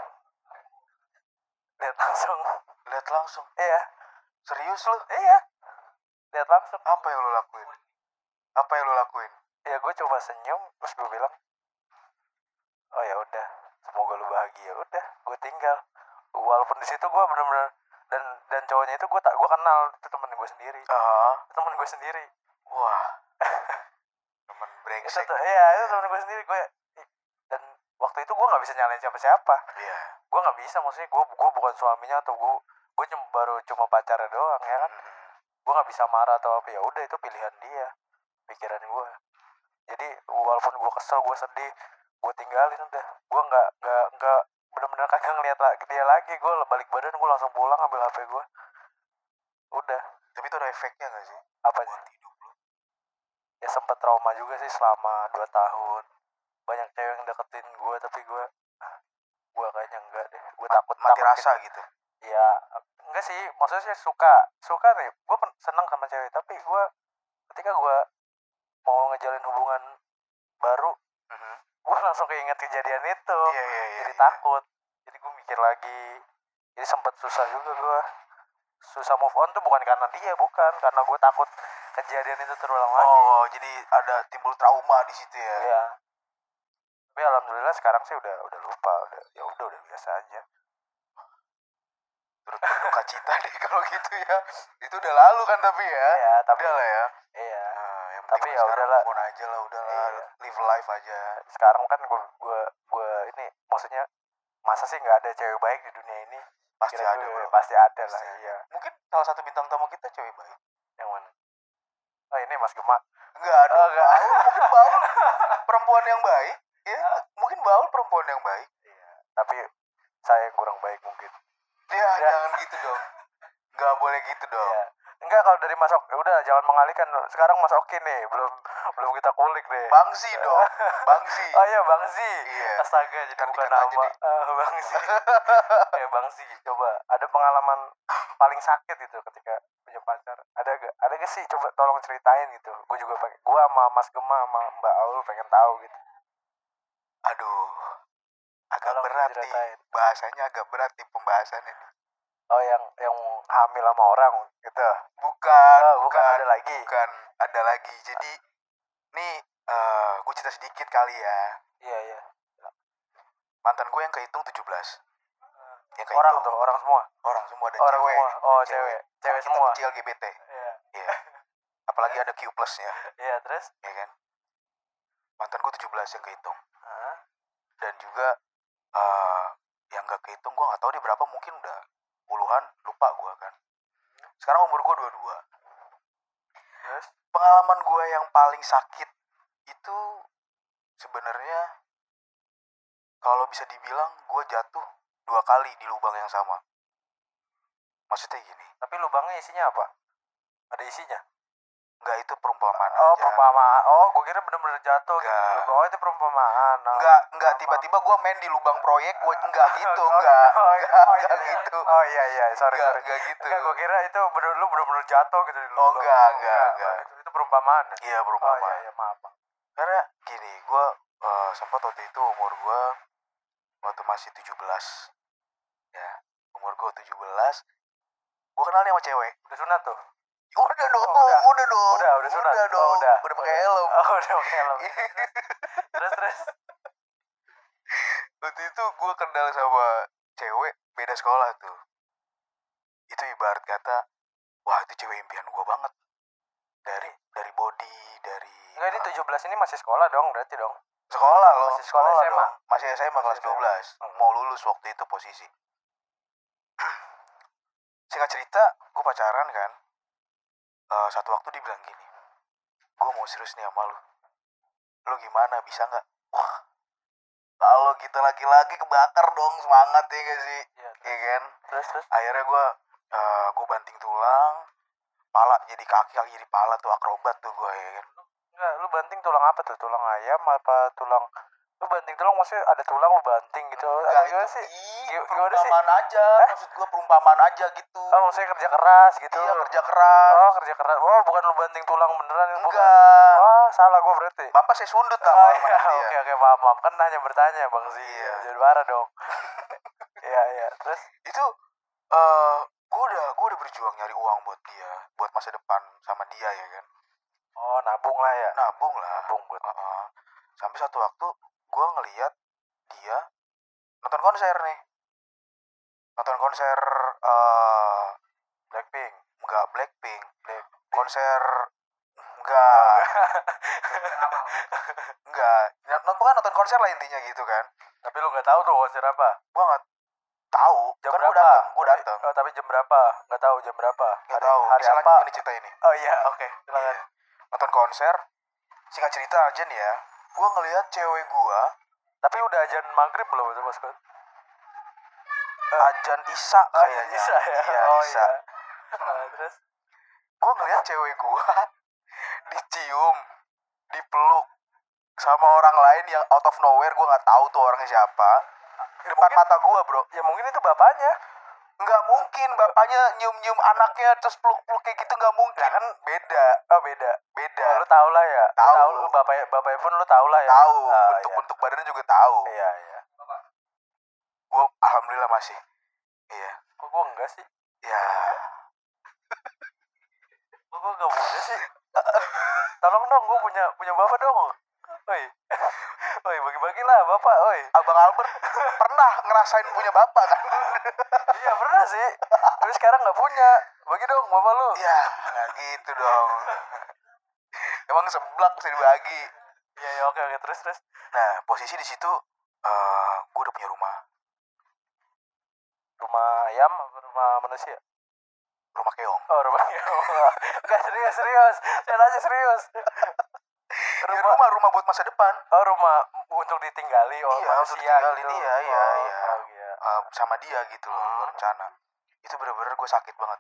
lihat langsung. Iya. Serius lu? Iya. Lihat langsung. Apa yang lu lakuin? Ya gue coba senyum, terus gue bilang, oh ya udah, semoga lu bahagia. Udah, gue tinggal. Walaupun di situ gue benar-benar, dan cowoknya itu gue kenal, itu temen gue sendiri. Temen gue sendiri. Wah. Temen brengsek. Itu temen gue sendiri. Dan waktu itu gue nggak bisa nyalain siapa-siapa. Iya. Gue nggak bisa, maksudnya gue bukan suaminya, atau gue cuma pacarnya doang ya kan. Gue nggak bisa marah atau apa. Ya udah, itu pilihan dia, pikiran gue. Jadi walaupun gue kesel, gue sedih, gue tinggalin udah. Gue nggak benar-benar kagak ngeliat dia lagi. Gue balik badan, gue langsung pulang ambil HP gue. Udah. Tapi itu ada efeknya nggak sih? Apanya? Buat hidup lu? Ya sempet trauma juga sih selama 2 tahun. Banyak cewek yang deketin gue, tapi gue kayaknya enggak deh. Gue takut mati rasa gitu. Ya enggak sih, maksudnya sih suka nih. Gue seneng sama cewek, tapi gue ketika gue mau ngejalin hubungan baru, gue langsung keinget kejadian itu. Jadi takut. Jadi gue mikir lagi. Jadi sempet susah juga gue. Susah move on tuh bukan karena dia, bukan karena gue takut kejadian itu terulang lagi. Oh, jadi ada timbul trauma di situ ya? Iya. Tapi alhamdulillah sekarang sih udah lupa, udah biasa aja. Turut berduka cita deh kalau gitu ya. Itu udah lalu kan tapi ya. Iya, tapi udah lah ya. Iya. Nah, yang Tapi penting ya sekarang udahlah. move on aja lah, udahlah. Iya. Live life aja. Sekarang kan gue ini, maksudnya masa sih nggak ada cewek baik di dunia ini? Pasti Kira ada, bro. pasti ada lah. Pasti ada. Iya. Mungkin salah satu bintang tamu kita cewek baik. Yang mana? Oh ini Mas Gema. Enggak ada. Enggak. Mungkin Baul perempuan yang baik. Ya, mungkin Baul perempuan yang baik. Iya. Tapi saya yang kurang baik mungkin. Ya, jangan gitu dong. Nggak boleh gitu dong. Iya. Enggak, kalau dari Mas Oki, udah jangan mengalihkan. Sekarang Mas Oki nih, belum kita kulik deh. Bangsi dong. Bangsi. Oh iya, Bangsi. Iya. Astaga, jadi Kan bukan dikat aja nama. deh. Bangsi. Bangsi, coba ada pengalaman paling sakit gitu ketika punya pacar. Ada gak sih? Coba tolong ceritain gitu. Gue juga pengen. Gue sama Mas Gema sama Mbak Aul pengen tahu gitu. Aduh. Agak Tolong berat nih. diceritain. Bahasanya agak berat nih pembahasannya nih. Oh, yang hamil sama orang gitu. Bukan Ada lagi. Bukan, ada lagi. Jadi nih gue cerita sedikit kali ya. Iya. Mantan gue yang kehitung 17. Yang kehitung. Orang semua. Orang semua dan Orang cewek. semua. Oh, cewek Kita semua. benci LGBT. Iya. Iya. Apalagi ada Q plusnya. Iya, terus? Ya kan. Mantan gue 17 yang kehitung. Hah? Dan juga yang gak kehitung gue gak tahu dia berapa, mungkin udah puluhan, lupa gue kan. Sekarang umur gue 22. Terus? Pengalaman gue yang paling sakit itu sebenarnya kalau bisa dibilang gue jatuh 2 kali di lubang yang sama. Maksudnya gini. Tapi lubangnya isinya apa? Ada isinya? Enggak, itu perumpamaan Oh, aja. perumpamaan. Oh, gue kira bener-bener jatuh gitu. Enggak. Oh, itu perumpamaan. Oh. Enggak tiba-tiba gue main di lubang proyek, gue enggak gitu, enggak gitu. Oh iya, sorry. Enggak gitu. Enggak, gue kira itu lu bener-bener jatuh gitu di Oh, lubang. enggak. Itu perumpamaan. Iya, Oh perumpamaan. iya, maaf. Karena gini, gue sempat waktu itu umur gue waktu masih 17. Ya, umur gue 17. Gue kenal nih sama cewek. Udah sunat tuh? Udah dong. Udah sunat. Udah dong. Udah pakai helm. Oh, udah pakai helm. Terus. Waktu itu gue kenal sama cewek beda sekolah tuh. Itu ibarat kata, wah itu cewek impian gue banget. Dari body, dari... Enggak, ini 17 ini masih sekolah dong, berarti dong? Sekolah loh. Masih sekolah SMA. dong. Masih SMA kelas 12. Mau lulus waktu itu posisi. Singkat cerita, gue pacaran kan. Satu waktu dia bilang gini, gue mau serius nih sama lu. Lu gimana, bisa gak? Wah, kalau kita laki-laki kebakar dong semangat ya gak sih? Iya kan? Terus? Akhirnya gue banting tulang, pala jadi kaki jadi pala tuh, akrobat tuh gue ya kan. Enggak, lu banting tulang apa tuh? Tulang ayam apa tulang... Lu banting tulang maksudnya ada tulang lu banting gitu. Enggak, Atau gimana itu sih? Gimana sih? perumpamaan aja. Maksud gue perumpamaan aja gitu. Oh, maksudnya kerja keras gitu. Iya, kerja keras. Oh, kerja keras. Oh, bukan lu banting tulang beneran. Enggak. Oh, salah gue berarti. Bapak saya sundut lah Oh, sama iya, nanti ya. oke, maaf. Kan hanya bertanya, Bang sih. Iya. Jadi marah dong. Iya. Terus Itu gue udah berjuang nyari uang buat dia, buat masa depan sama dia ya kan. oh, nabung lah ya. Nabung lah. Nabung buat. Sampai satu waktu gue ngeliat dia nonton konser nih. Nonton konser Blackpink. enggak Blackpink. Konser enggak. Enggak. Nonton konser lah intinya gitu kan. Tapi lu nggak tahu tuh konser apa? Gue nggak tahu. Jam Kan berapa? gue datang. Oh, tapi jam berapa? Nggak tahu jam berapa. Nggak tahu. Hari Bisa apa? lanjut ini cerita ini. Oh iya, oke. Silakan. Iya. Nonton konser. Singkat cerita aja nih ya. Gue ngeliat cewek gue. Tapi udah ajan maghrib belum itu bosku? Ajan Isya kayaknya. Isya ya. Iya, Oh, Isya. iya. Terus Gue ngeliat cewek gue dicium, dipeluk sama orang lain yang out of nowhere. Gue nggak tahu tuh orangnya siapa. Depan mata gue, bro. ya mungkin itu bapaknya. Nggak mungkin bapaknya nyium-nyium anaknya terus peluk-peluk kayak gitu, nggak mungkin. Kan beda. Oh, beda. Beda. Oh, lu tahu lah ya. Tahu. Lu bapaknya pun lu tahu lah ya. Tahu. Ah, Bentuk-bentuk badannya juga tahu. Iya. Gue alhamdulillah masih. Iya. Kok gua enggak sih? Ya. Kok gua enggak punya sih? Tolong dong, gua punya bapak dong. Oi, bagi-bagi lah bapak, oi. Abang Albert pernah ngerasain punya bapak kan? Iya pernah sih. Tapi sekarang nggak punya. Bagi dong bapak lu. Ya, nggak gitu dong. Emang seblak bisa dibagi. Iya, oke, terus. Nah, posisi di situ gue udah punya rumah. Rumah ayam apa rumah manusia? Rumah keong. Oh, rumah ayam. Enggak serius. Saya nanya serius. Ya, rumah buat masa depan. Oh, rumah untuk ditinggali oleh Iya, manusia untuk ditinggalin. gitu. Iya. Oh, iya. Sama dia gitu loh, gue rencana. Itu bener-bener gue sakit banget.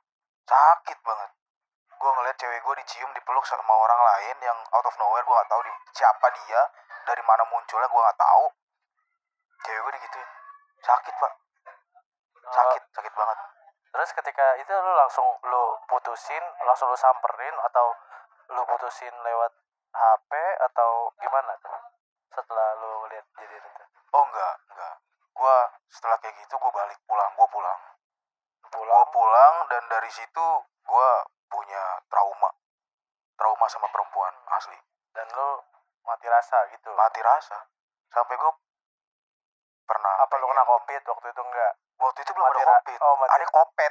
Gue ngeliat cewek gue dicium, dipeluk sama orang lain yang out of nowhere. Gue gak tahu siapa dia, dari mana munculnya gue gak tahu. Cewek gue digituin. Sakit, Pak. Sakit banget. Terus ketika itu lu langsung lu putusin, langsung lu samperin atau lu putusin lewat HP atau gimana tuh? Setelah lu lihat kejadian itu. Oh enggak. Gue setelah kayak gitu gue balik pulang. Gue pulang dan dari situ gue punya trauma sama perempuan asli. Dan lu mati rasa gitu. Mati rasa. Sampai gue pernah. Apa lu kena COVID waktu itu enggak? Waktu itu belum ada COVID. Ada kopet.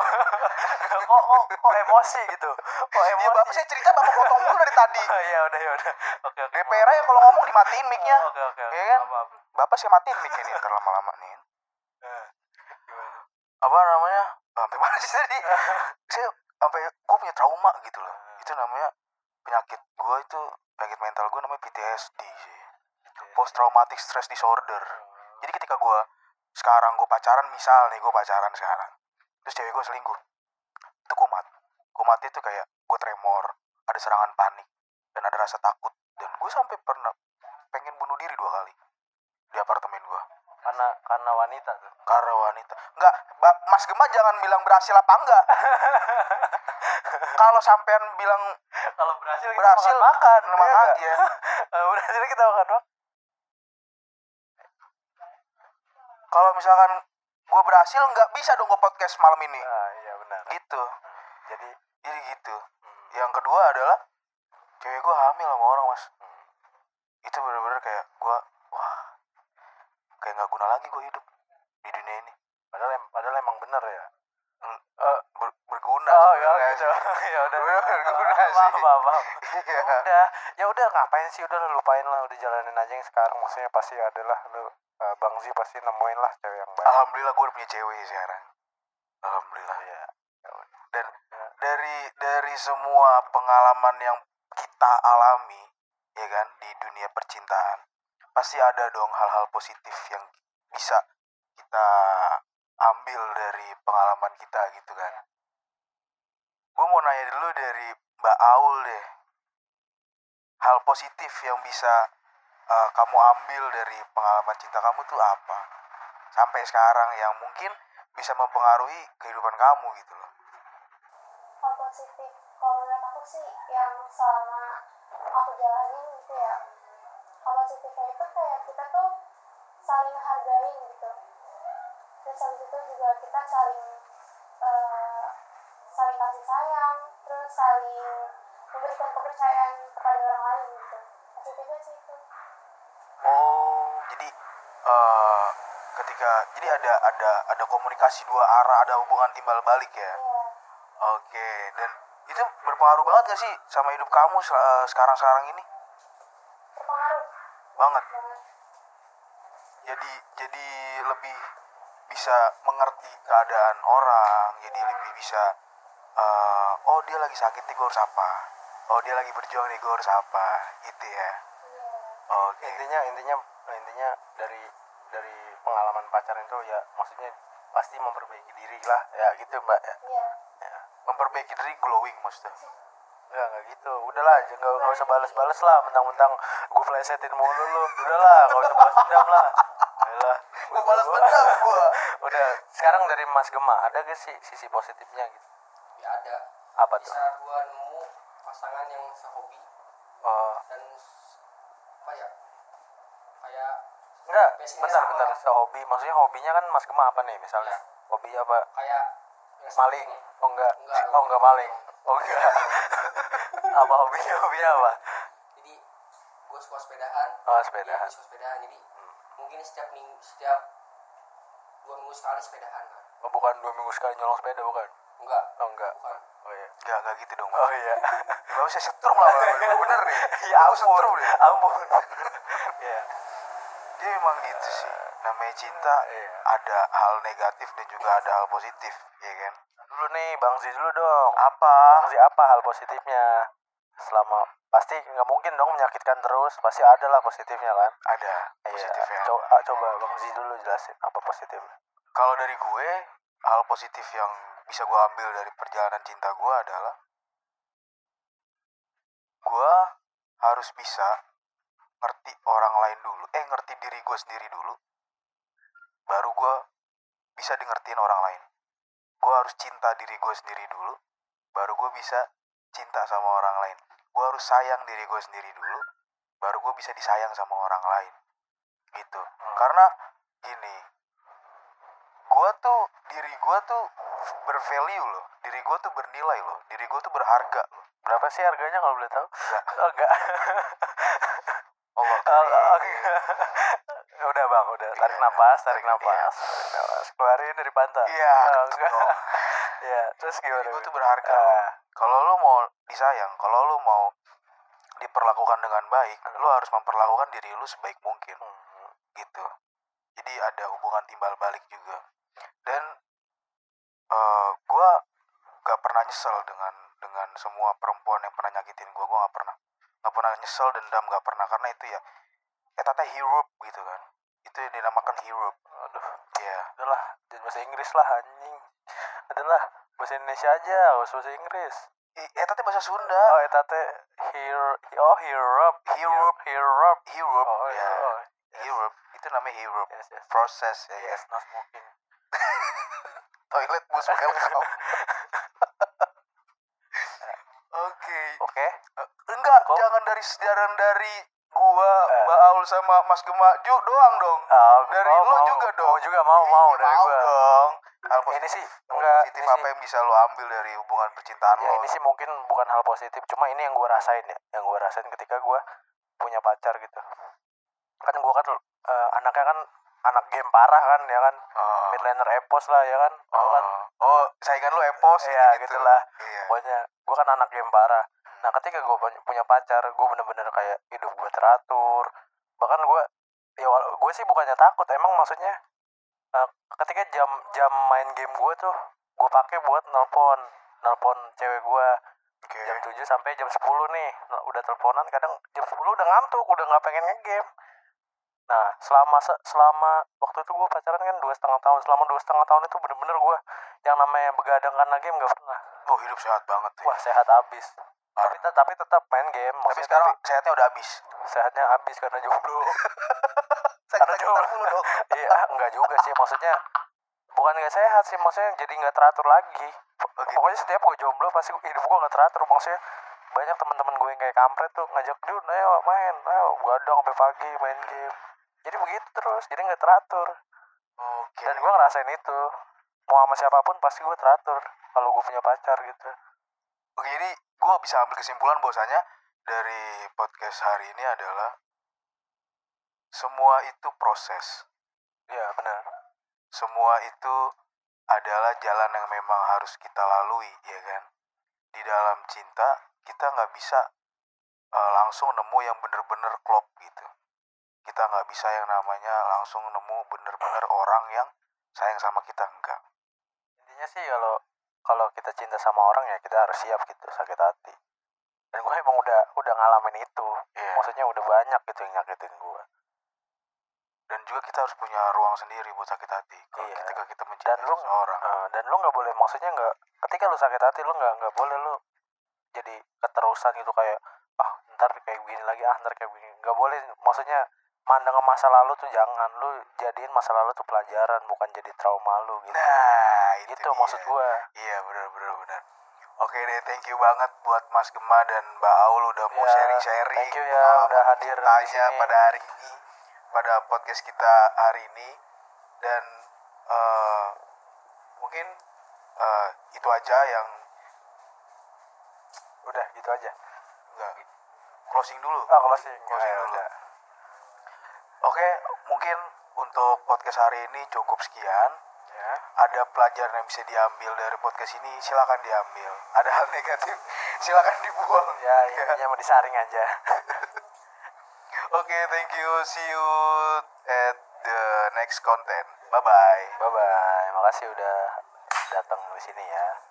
kok emosi gitu? Kok emosi? Ya bapak saya cerita bapak potong dulu dari tadi. Ya udah. Oke. DPR aja kalau ngomong dimatiin mic-nya. Oke. Ya kan? Maaf. Bapak saya matiin mic-nya nih terlama-lama nih. Gimana? Apa namanya? Sampai mana sih tadi? Saya sampai gue punya trauma gitu loh. Itu namanya penyakit gue itu, penyakit mental gue namanya PTSD sih. Post traumatic stress disorder. Jadi ketika gue sekarang gue pacaran, misal nih gue pacaran sekarang, terus cewek gue selingkuh, itu kumat itu kayak gue tremor, ada serangan panik dan ada rasa takut, dan gue sampai pernah pengen bunuh diri 2 kali di apartemen gue. Karena wanita tuh. Karena wanita. Enggak, Mas Gema jangan bilang berhasil apa enggak. Kalau sampean bilang Kalau berhasil makan ya. Berhasil kita makan. Kalau misalkan gue berhasil, nggak bisa dong gue podcast malam ini. Iya benar. Gitu. Jadi gitu. Yang kedua adalah cewek gue hamil sama orang, Mas. Itu bener-bener kayak gue, wah, kayak nggak guna lagi gue hidup di dunia ini. Padahal emang bener ya. Berguna. Oh ya gitu. Ya udah. Berguna sih. Maaf. Iya. Ya udah ngapain sih, udah lupain lah, udah jalanin aja yang sekarang. Maksudnya pasti adalah lu Bang Zi pasti nemuin lah cewek yang baik. Alhamdulillah gue udah punya cewek sekarang. Alhamdulillah. Iya. Dan dari semua pengalaman yang kita alami, ya kan, di dunia percintaan, pasti ada dong hal-hal positif yang bisa kita ambil dari pengalaman kita gitu kan. Gue mau nanya dulu dari Mbak Aul deh, hal positif yang bisa kamu ambil dari pengalaman cinta kamu tuh apa sampai sekarang yang mungkin bisa mempengaruhi kehidupan kamu gitu loh? Hal positif kalau menurut aku sih yang selama aku jalanin gitu ya, hal positifnya itu kayak kita tuh saling hargain gitu, terus habis itu juga kita saling kasih sayang, terus saling memberikan kepercayaan kepada orang lain gitu. Positifnya sih itu. Oh, jadi ketika jadi ada komunikasi dua arah, ada hubungan timbal balik ya. Iya, Oke, dan itu berpengaruh banget gak sih sama hidup kamu sekarang ini? berpengaruh Banget. banget. Jadi lebih bisa mengerti keadaan orang, jadi lebih bisa oh dia lagi sakit nih gue harus apa, oh dia lagi berjuang nih gue harus apa, gitu ya. Iya, Oke. intinya dari pengalaman pacaran itu ya maksudnya pasti memperbaiki diri lah ya gitu mbak ya. iya. Ya. Memperbaiki diri glowing maksudnya. Nggak gitu, udahlah nggak usah balas lah mentang-mentang gue plesetin mulu lu, udahlah nggak usah balas dendam lah. Udahlah, Gue balas dendam gue. udah sekarang dari Mas Gema ada gak sih sisi positifnya gitu? Ya ada. Apa tuh? Bisa gua nemu pasangan yang sehobi Oh, dan apa ya, kayak enggak, passionnya bentar sama. sehobi maksudnya hobinya kan Mas Gema apa nih misalnya? Hobi apa? Kayak Maling? Oh enggak, Enggak. oh enggak maling, oh enggak. Apa hobinya apa? Jadi gue suka sepedahan. Oh Dia sepedahan. suka sepedahan. Jadi mungkin setiap 2 minggu sekali sepedahan lah. Oh bukan 2 minggu sekali nyolong sepeda bukan? Enggak. Oh enggak. Bukan. Oh iya. Enggak gitu dong. Oh iya. Gak usah setrum lah, bener nih. Ya Gak usah setrum nih. ampun. Iya. Dia memang gitu sih. Namanya cinta Iya. ada hal negatif dan juga ada hal positif, ya kan? Dulu nih Bang Zi dulu dong. Apa? Bang Zi apa hal positifnya? Selama pasti nggak mungkin dong menyakitkan terus, pasti ada lah positifnya kan? Ada positifnya. Coba Bang Zi dulu jelasin apa positifnya. Kalau dari gue, hal positif yang bisa gue ambil dari perjalanan cinta gue adalah gue harus bisa ngerti orang lain dulu, ngerti diri gue sendiri dulu, baru gue bisa di ngertiin orang lain. Gue harus cinta diri gue sendiri dulu, baru gue bisa cinta sama orang lain. Gue harus sayang diri gue sendiri dulu, baru gue bisa disayang sama orang lain. Gitu. Karena gini, diri gue tuh bervalue loh, diri gue tuh bernilai loh, diri gue tuh berharga loh. Berapa sih harganya kalau boleh tahu? Enggak. Oh, enggak. Allah Udah Bang, udah tarik napas, tarik napas. Keluarin dari pantat. Iya. Oh, enggak. Iya, terus gimana? Diri gue tuh berharga. Kalau lu mau disayang, kalau lu mau diperlakukan dengan baik, lu harus memperlakukan diri lu sebaik mungkin. Gitu. Jadi ada hubungan timbal balik juga. Dan gue gak pernah nyesel dengan semua perempuan yang pernah nyakitin gue gak pernah nyesel, dendam gak pernah, karena itu ya tata hirup gitu kan, itu yang dinamakan hirup. Aduh, ya udahlah, jangan bahasa Inggris lah anjing. Adalah bahasa Indonesia aja, harus bahasa Inggris. Tata bahasa Sunda. Oh, etate hirup. Hirup. Oh, ya. oh, Hirup itu namanya hirup. yes. Proses ya. Yes, no smoking. Toilet bus welcome. Oke. Enggak, Kok? jangan dari gua, Mbak Aul sama Mas Gema doang dong. Dari lo juga dong. Mau juga mau dari gua. Dong. Hal Ini sih hal enggak positif ini apa sih, yang bisa lo ambil dari hubungan percintaan ya lo? ini sih mungkin bukan hal positif, cuma ini yang gue rasain ya, yang gue rasain ketika gue punya pacar gitu. Kan gue kan anaknya kan anak game parah kan ya kan, mid laner epos lah ya kan, kan. Saingan lo epos Iya gitu. gitulah. Iya. Pokoknya gue kan anak game parah. Nah ketika gue punya pacar, gue bener-bener kayak hidup gue teratur. Bahkan gue sih bukannya takut, emang maksudnya ketika jam main game gue tuh gue pakai buat nelpon cewek gue. Oke. Jam 7 sampai jam 10 nih udah teleponan, kadang jam 10 udah ngantuk, udah nggak pengen nge-game. Nah selama waktu itu gue pacaran kan 2,5 tahun. Selama 2,5 tahun itu bener-bener gue yang namanya begadang karena game nggak pernah. Oh, hidup sehat banget tuh. Wah sehat abis. Tapi tetap main game. Tapi sekarang sehatnya udah habis. sehatnya habis karena jomblo. Sakit mulu dong. Iya, enggak juga sih, maksudnya bukan nggak sehat sih, maksudnya jadi nggak teratur lagi. Pokoknya setiap gue jomblo pasti hidup gue nggak teratur. Maksudnya banyak teman-teman gue yang kayak kampret tuh ngajak, Jun ayo main, ayo begadang sampai pagi main game. Jadi begitu terus, jadi nggak teratur. Oke. Dan gue ngerasain itu, mau sama siapapun pasti gue teratur kalau gue punya pacar gitu. Oke, jadi gue bisa ambil kesimpulan bahwasanya dari podcast hari ini adalah semua itu proses. Iya benar. Semua itu adalah jalan yang memang harus kita lalui, ya kan? Di dalam cinta kita nggak bisa langsung nemu yang bener-bener klop gitu. Kita nggak bisa yang namanya langsung nemu bener-bener orang yang sayang sama kita, enggak. Intinya sih kalau kita cinta sama orang ya kita harus siap gitu sakit hati. Dan gue emang udah ngalamin itu. Yeah. Maksudnya udah banyak gitu yang nyakitin gue. Dan juga kita harus punya ruang sendiri buat sakit hati. Iya. Ketika kita mencintai seseorang. Dan lu nggak boleh, maksudnya nggak, ketika lu sakit hati lu nggak boleh lu jadi keterusan gitu kayak ntar kayak begini lagi, ntar kayak begini. Nggak boleh, maksudnya mandang masa lalu tuh jangan, lu jadiin masa lalu tuh pelajaran bukan jadi trauma lu gitu. Nah, itu gitu maksud gue. Iya benar. Oke deh, thank you banget buat Mas Gema dan Mbak Aul udah mau sharing-sharing. Thank you ya udah hadir di sini pada hari ini, pada podcast kita hari ini. Dan mungkin itu aja yang udah gitu aja. Enggak. Closing dulu. Closing dulu. Udah. Oke, mungkin untuk podcast hari ini cukup sekian. Ya. Ada pelajaran yang bisa diambil dari podcast ini, silakan diambil. Ada hal negatif, silakan dibuang. Ya, intinya mau disaring aja. Oke, thank you. See you at the next content. Bye-bye. Bye-bye. Makasih udah datang di sini ya.